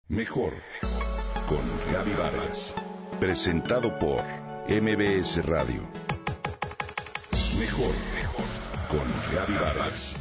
Mejor con Gaby Vargas. Presentado por MBS Radio. Mejor con Gaby Vargas.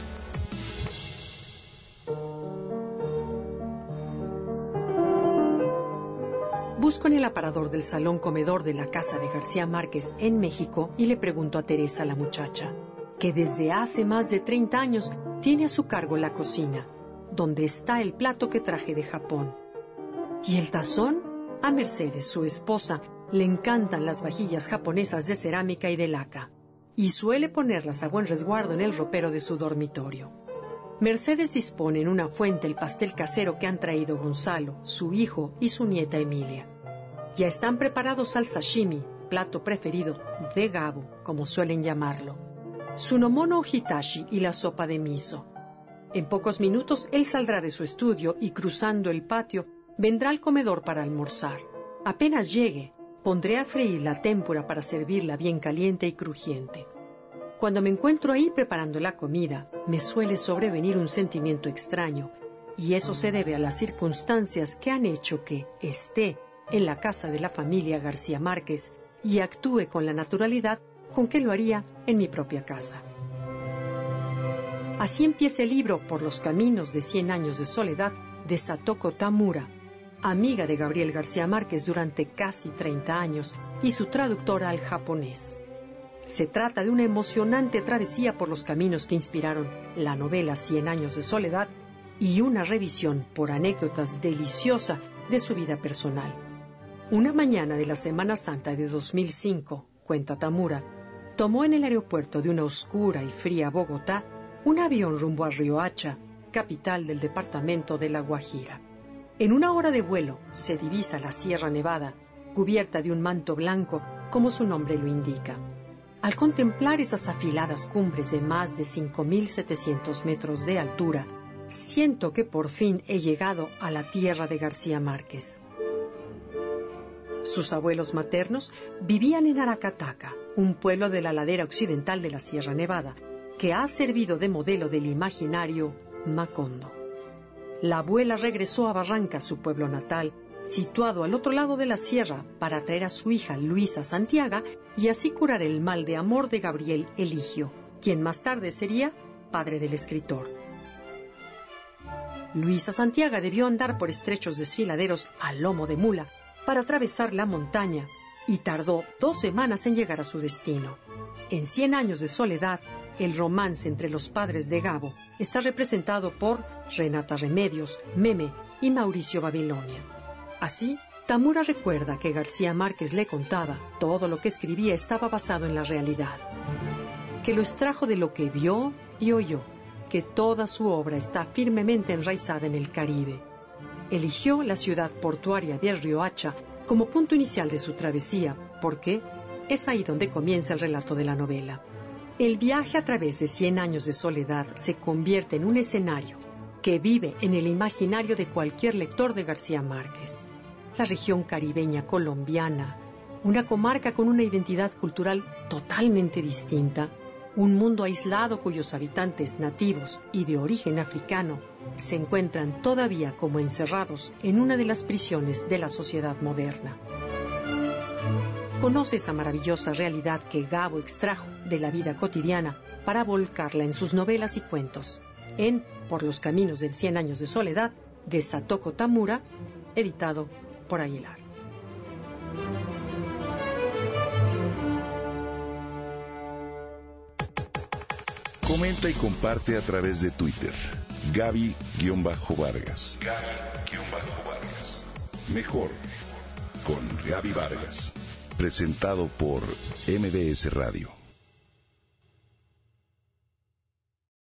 Busco en el aparador del salón comedor de la casa de García Márquez en México y le pregunto a Teresa, la muchacha, que desde hace más de 30 años tiene a su cargo la cocina, donde está el plato que traje de Japón. ¿Y el tazón? A Mercedes, su esposa, le encantan las vajillas japonesas de cerámica y de laca, y suele ponerlas a buen resguardo en el ropero de su dormitorio. Mercedes dispone en una fuente el pastel casero que han traído Gonzalo, su hijo y su nieta Emilia. Ya están preparados al sashimi, plato preferido de Gabo, como suelen llamarlo, su nomono hitashi y la sopa de miso. En pocos minutos él saldrá de su estudio y, cruzando el patio, vendrá al comedor para almorzar. Apenas llegue, pondré a freír la témpura para servirla bien caliente y crujiente. Cuando me encuentro ahí preparando la comida, me suele sobrevenir un sentimiento extraño, y eso se debe a las circunstancias que han hecho que esté en la casa de la familia García Márquez y actúe con la naturalidad con que lo haría en mi propia casa. Así empieza el libro Por los caminos de 100 años de soledad de Satoko Tamura, amiga de Gabriel García Márquez durante casi 30 años y su traductora al japonés. Se trata de una emocionante travesía por los caminos que inspiraron la novela 100 años de soledad y una revisión por anécdotas deliciosa de su vida personal. Una mañana de la Semana Santa de 2005, cuenta Tamura, tomó en el aeropuerto de una oscura y fría Bogotá un avión rumbo a Riohacha, capital del departamento de La Guajira. En una hora de vuelo se divisa la Sierra Nevada, cubierta de un manto blanco, como su nombre lo indica. Al contemplar esas afiladas cumbres de más de 5.700 metros de altura, siento que por fin he llegado a la tierra de García Márquez. Sus abuelos maternos vivían en Aracataca, un pueblo de la ladera occidental de la Sierra Nevada, que ha servido de modelo del imaginario Macondo. La abuela regresó a Barranca, su pueblo natal, situado al otro lado de la sierra, para traer a su hija Luisa Santiaga y así curar el mal de amor de Gabriel Eligio, quien más tarde sería padre del escritor. Luisa Santiaga debió andar por estrechos desfiladeros a lomo de mula para atravesar la montaña y tardó 2 semanas en llegar a su destino. En 100 años de soledad, el romance entre los padres de Gabo está representado por Renata Remedios, Meme y Mauricio Babilonia. Así, Tamura recuerda que García Márquez le contaba todo lo que escribía estaba basado en la realidad, que lo extrajo de lo que vio y oyó, que toda su obra está firmemente enraizada en el Caribe. Eligió la ciudad portuaria de Riohacha como punto inicial de su travesía, porque es ahí donde comienza el relato de la novela. El viaje a través de 100 años de soledad se convierte en un escenario que vive en el imaginario de cualquier lector de García Márquez. La región caribeña colombiana, una comarca con una identidad cultural totalmente distinta, un mundo aislado cuyos habitantes nativos y de origen africano se encuentran todavía como encerrados en una de las prisiones de la sociedad moderna. Conoce esa maravillosa realidad que Gabo extrajo de la vida cotidiana para volcarla en sus novelas y cuentos, en Por los caminos de 100 años de soledad, de Satoko Tamura, editado por Aguilar. Comenta y comparte a través de Twitter. Gaby-Vargas. Gaby-Vargas. Mejor con Gaby Vargas. Presentado por MBS Radio.